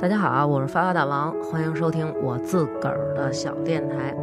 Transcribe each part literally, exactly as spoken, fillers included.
大家好，我是发发大王，欢迎收听我自个儿的小电台。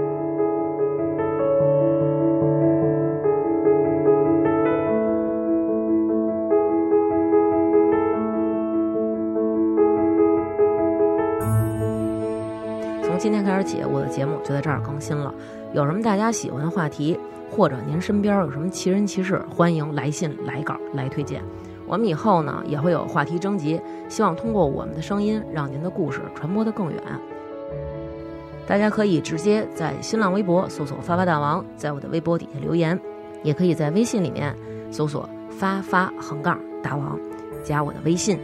从今天开始起，我的节目就在这儿更新了。有什么大家喜欢的话题，或者您身边有什么奇人奇事，欢迎来信来稿来推荐。我们以后呢也会有话题征集，希望通过我们的声音让您的故事传播得更远。大家可以直接在新浪微博搜索发发大王，在我的微博底下留言，也可以在微信里面搜索发发横杠大王，加我的微信。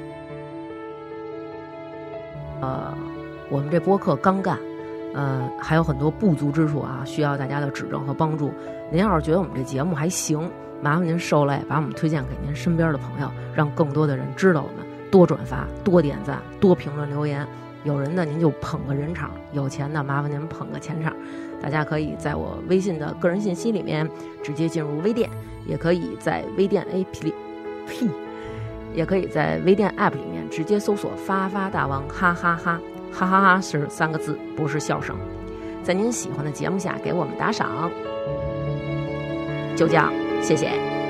呃，我们这播客刚干，呃，还有很多不足之处啊，需要大家的指正和帮助。您要是觉得我们这节目还行，麻烦您受累，把我们推荐给您身边的朋友，让更多的人知道我们，多转发，多点赞，多评论留言。有人呢您就捧个人场，有钱的麻烦您捧个钱场。大家可以在我微信的个人信息里面直接进入微店，也可以在微店 A P P 里，也可以在微店 App 里面直接搜索发发大王，哈哈哈，哈哈哈是三个字，不是笑声。在您喜欢的节目下给我们打赏，就这样，谢谢。